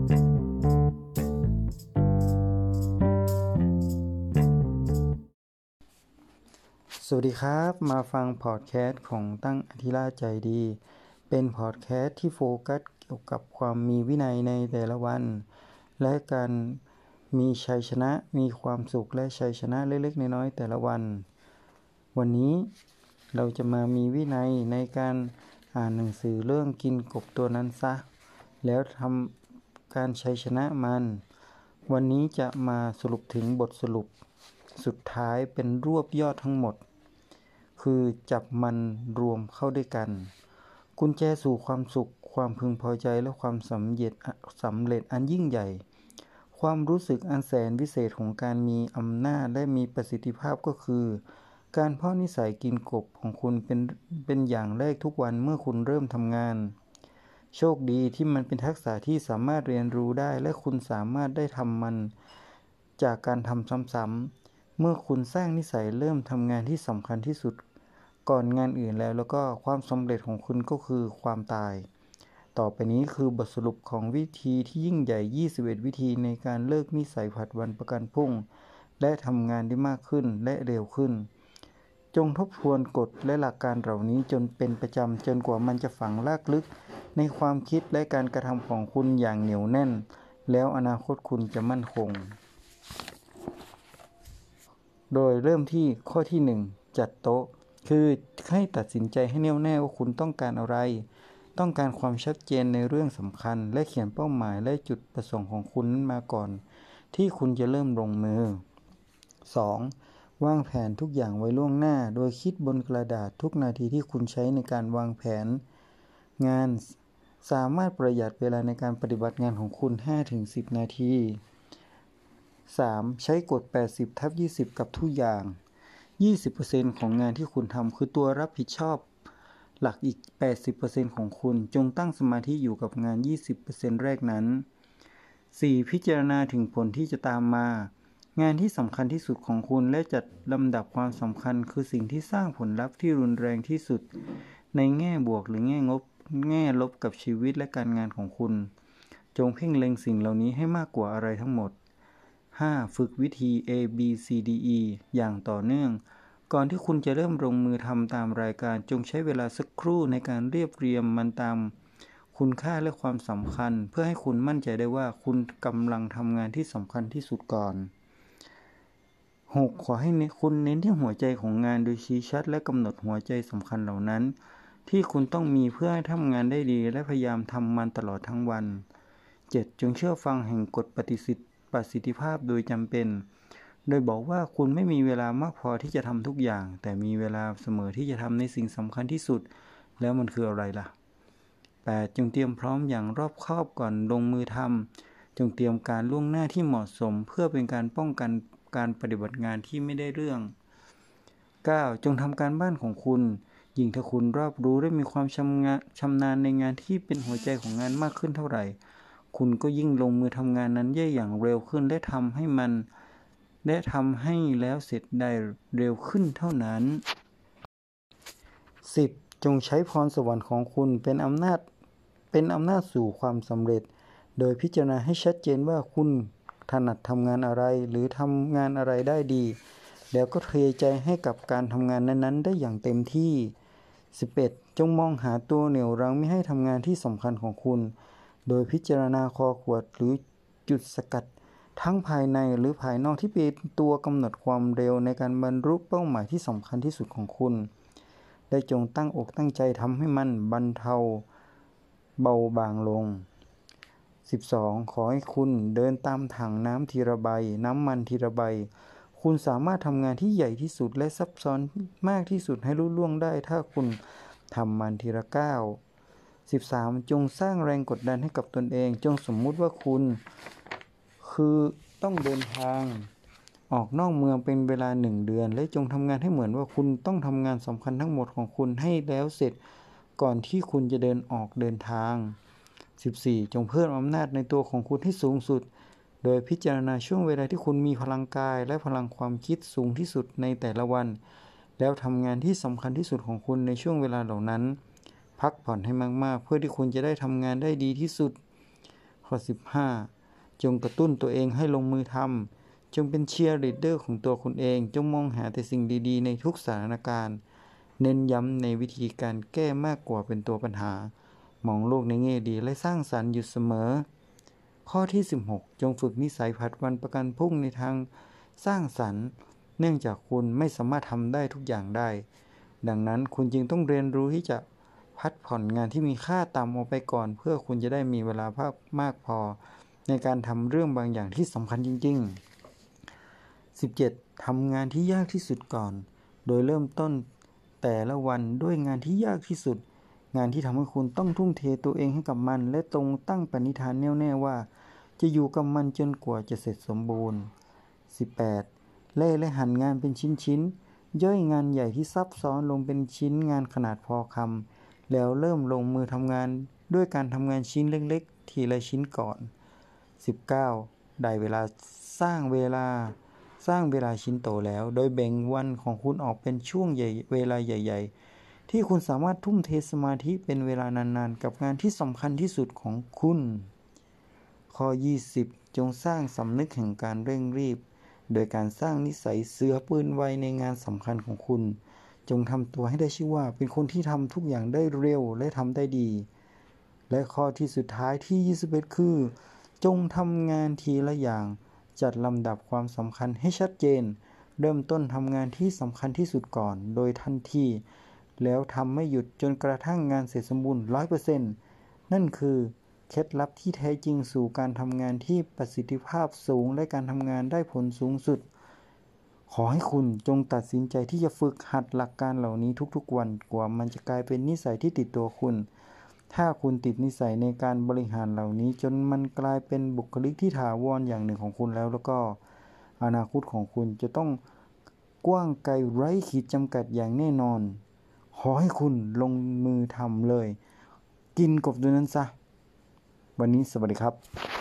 สวัสดีครับมาฟังพอดแคสต์ของตั้งอธิราชใจดีเป็นพอดแคสต์ที่โฟกัสเกี่ยวกับความมีวินัยในแต่ละวันและการมีชัยชนะมีความสุขและชัยชนะเล็กๆน้อยๆแต่ละวันวันนี้เราจะมามีวินัยในการอ่านหนังสือเรื่องกินกบตัวนั้นซะแล้วทำการชัยชนะมันวันนี้จะมาสรุปถึงบทสรุปสุดท้ายเป็นรวบยอดทั้งหมดคือจับมันรวมเข้าด้วยกันกุญแจสู่ความสุขความพึงพอใจและความสำเร็จอันยิ่งใหญ่ความรู้สึกอันแสนวิเศษของการมีอำนาจและมีประสิทธิภาพก็คือการเพาะนิสัยกินกบของคุณเป็นอย่างแรกทุกวันเมื่อคุณเริ่มทำงานโชคดีที่มันเป็นทักษะที่สามารถเรียนรู้ได้และคุณสามารถได้ทำมันจากการทำซ้ำๆเมื่อคุณสร้างนิสัยเริ่มทำงานที่สำคัญที่สุดก่อนงานอื่นแล้วก็ความสำเร็จของคุณก็คือความตายต่อไปนี้คือบทสรุปของวิธีที่ยิ่งใหญ่21วิธีในการเลิกนิสัยผัดวันประกันพรุ่งและทำงานได้มากขึ้นและเร็วขึ้นจงทบทวนกฎและหลักการเหล่านี้จนเป็นประจำจนกว่ามันจะฝังรากลึกในความคิดและการกระทำของคุณอย่างเหนียวแน่นแล้วอนาคตคุณจะมั่นคงโดยเริ่มที่ข้อที่1จัดโต๊ะคือให้ตัดสินใจให้แน่วแน่ว่าคุณต้องการอะไรต้องการความชัดเจนในเรื่องสำคัญและเขียนเป้าหมายและจุดประสงค์ของคุณนั้นมาก่อนที่คุณจะเริ่มลงมือ 2. วางแผนทุกอย่างไว้ล่วงหน้าโดยคิดบนกระดาษทุกนาทีที่คุณใช้ในการวางแผนงานสามารถประหยัดเวลาในการปฏิบัติงานของคุณ 5-10 นาที 3. ใช้กฎ 80/20 กับทุกอย่าง 20% ของงานที่คุณทำคือตัวรับผิดชอบหลักอีก 80% ของคุณจงตั้งสมาธิอยู่กับงาน 20% แรกนั้น 4. พิจารณาถึงผลที่จะตามมางานที่สำคัญที่สุดของคุณและจัดลำดับความสำคัญคือสิ่งที่สร้างผลลัพธ์ที่รุนแรงที่สุดในแง่บวกหรือแง่ลบกับชีวิตและการงานของคุณจงเพ่งเล็งสิ่งเหล่านี้ให้มากกว่าอะไรทั้งหมด 5. ฝึกวิธี ABCDE อย่างต่อเนื่องก่อนที่คุณจะเริ่มลงมือทำตามรายการจงใช้เวลาสักครู่ในการเรียบเรียงมันตามคุณค่าและความสำคัญเพื่อให้คุณมั่นใจได้ว่าคุณกำลังทำงานที่สำคัญที่สุดก่อน 6. ขอให้คุณเน้นที่หัวใจของงานโดยชี้ชัดและกำหนดหัวใจสำคัญเหล่านั้นที่คุณต้องมีเพื่อให้ทำงานได้ดีและพยายามทำมันตลอดทั้งวัน 7. จงเชื่อฟังแห่งกฎประสิทธิภาพโดยจำเป็นโดยบอกว่าคุณไม่มีเวลามากพอที่จะทำทุกอย่างแต่มีเวลาเสมอที่จะทำในสิ่งสำคัญที่สุดแล้วมันคืออะไรล่ะ 8. จงเตรียมพร้อมอย่างรอบคอบก่อนลงมือทำจงเตรียมการล่วงหน้าที่เหมาะสมเพื่อเป็นการป้องกันการปฏิบัติงานที่ไม่ได้เรื่อง 9. จงทำการบ้านของคุณยิ่งถ้าคุณรอบรู้และมีความชำนาญในงานที่เป็นหัวใจของงานมากขึ้นเท่าไหร่คุณก็ยิ่งลงมือทำงานนั้นได้อย่างเร็วขึ้นและทำให้แล้วเสร็จได้เร็วขึ้นเท่านั้น 10. จงใช้พรสวรรค์ของคุณเป็นอำนาจสู่ความสำเร็จโดยพิจารณาให้ชัดเจนว่าคุณถนัดทำงานอะไรหรือทำงานอะไรได้ดีแล้วก็เทใจให้กับการทำงานนั้นๆได้อย่างเต็มที่ 11. จงมองหาตัวเหนี่ยวรั้งไม่ให้ทำงานที่สำคัญของคุณโดยพิจารณาคอขวดหรือจุดสกัดทั้งภายในหรือภายนอกที่เป็นตัวกำหนดความเร็วในการบรรลุเป้าหมายที่สำคัญที่สุดของคุณและจงตั้งอกตั้งใจทำให้มันบรรเทาเบาบางลง 12. ขอให้คุณเดินตามถังน้ำทีละใบน้ำมันทีละใบคุณสามารถทำงานที่ใหญ่ที่สุดและซับซ้อนมากที่สุดให้ลุล่วงได้ถ้าคุณทำมันทีละก้าว 13. จงสร้างแรงกดดันให้กับตนเองจงสมมุติว่าคุณคือต้องเดินทางออกนอกเมืองเป็นเวลา1 เดือนและจงทำงานให้เหมือนว่าคุณต้องทำงานสำคัญทั้งหมดของคุณให้แล้วเสร็จก่อนที่คุณจะเดินทาง 14. จงเพิ่มอำนาจในตัวของคุณให้สูงสุดโดยพิจารณาช่วงเวลาที่คุณมีพลังกายและพลังความคิดสูงที่สุดในแต่ละวันแล้วทำงานที่สำคัญที่สุดของคุณในช่วงเวลาเหล่านั้นพักผ่อนให้มากๆเพื่อที่คุณจะได้ทำงานได้ดีที่สุดข้อ 15 จงกระตุ้นตัวเองให้ลงมือทำจงเป็นเชียร์ลีดเดอร์ของตัวคุณเองจงมองหาแต่สิ่งดีๆในทุกสถานการณ์เน้นย้ำในวิธีการแก้มากกว่าเป็นตัวปัญหามองโลกในแง่ดีและสร้างสรรค์อยู่เสมอข้อที่ 16 จงฝึกนิสัยผัดวันประกันพรุ่งในทางสร้างสรรค์เนื่องจากคุณไม่สามารถทำได้ทุกอย่างได้ดังนั้นคุณจึงต้องเรียนรู้ที่จะพักผ่อนงานที่มีค่าต่ำออกไปก่อนเพื่อคุณจะได้มีเวลามากพอในการทำเรื่องบางอย่างที่สำคัญจริงๆ 17. ทำงานที่ยากที่สุดก่อนโดยเริ่มต้นแต่ละวันด้วยงานที่ยากที่สุดงานที่ทำให้คุณต้องทุ่มเทตัวเองให้กับมันและตั้งปณิธานแน่วแน่ว่าจะอยู่กับมันจนกว่าจะเสร็จสมบูรณ์ 18. เล่และหั่นงานเป็นชิ้นๆย่อยงานใหญ่ที่ซับซ้อนลงเป็นชิ้นงานขนาดพอคำแล้วเริ่มลงมือทำงานด้วยการทำงานชิ้นเล็กๆทีละชิ้นก่อน 19. ได้เวลาสร้างเวลาชิ้นโตแล้วโดยแบ่งวันของคุณออกเป็นช่วงเวลาใหญ่ๆที่คุณสามารถทุ่มเทสมาธิเป็นเวลานานๆกับงานที่สำคัญที่สุดของคุณข้อ 20 จงสร้างสำนึกแห่งการเร่งรีบโดยการสร้างนิสัยเสือปืนไวในงานสำคัญของคุณจงทำตัวให้ได้ชื่อว่าเป็นคนที่ทำทุกอย่างได้เร็วและทำได้ดีและข้อที่สุดท้ายที่ 21 คือจงทำงานทีละอย่างจัดลำดับความสำคัญให้ชัดเจนเริ่มต้นทำงานที่สำคัญที่สุดก่อนโดยทันทีแล้วทำไม่หยุดจนกระทั่งงานเสร็จสมบูรณ์ 100% นั่นคือเคล็ดลับที่แท้จริงสู่การทำงานที่ประสิทธิภาพสูงและการทำงานได้ผลสูงสุดขอให้คุณจงตัดสินใจที่จะฝึกหัดหลักการเหล่านี้ทุกๆวันกว่ามันจะกลายเป็นนิสัยที่ติดตัวคุณถ้าคุณติดนิสัยในการบริหารเหล่านี้จนมันกลายเป็นบุคลิกที่ถาวรอย่างหนึ่งของคุณแล้วก็อนาคตของคุณจะต้องกว้างไกลไร้ขีดจำกัดอย่างแน่นอนขอให้คุณลงมือทำเลยกินกบตัวนั้นซะวันนี้สวัสดีครับ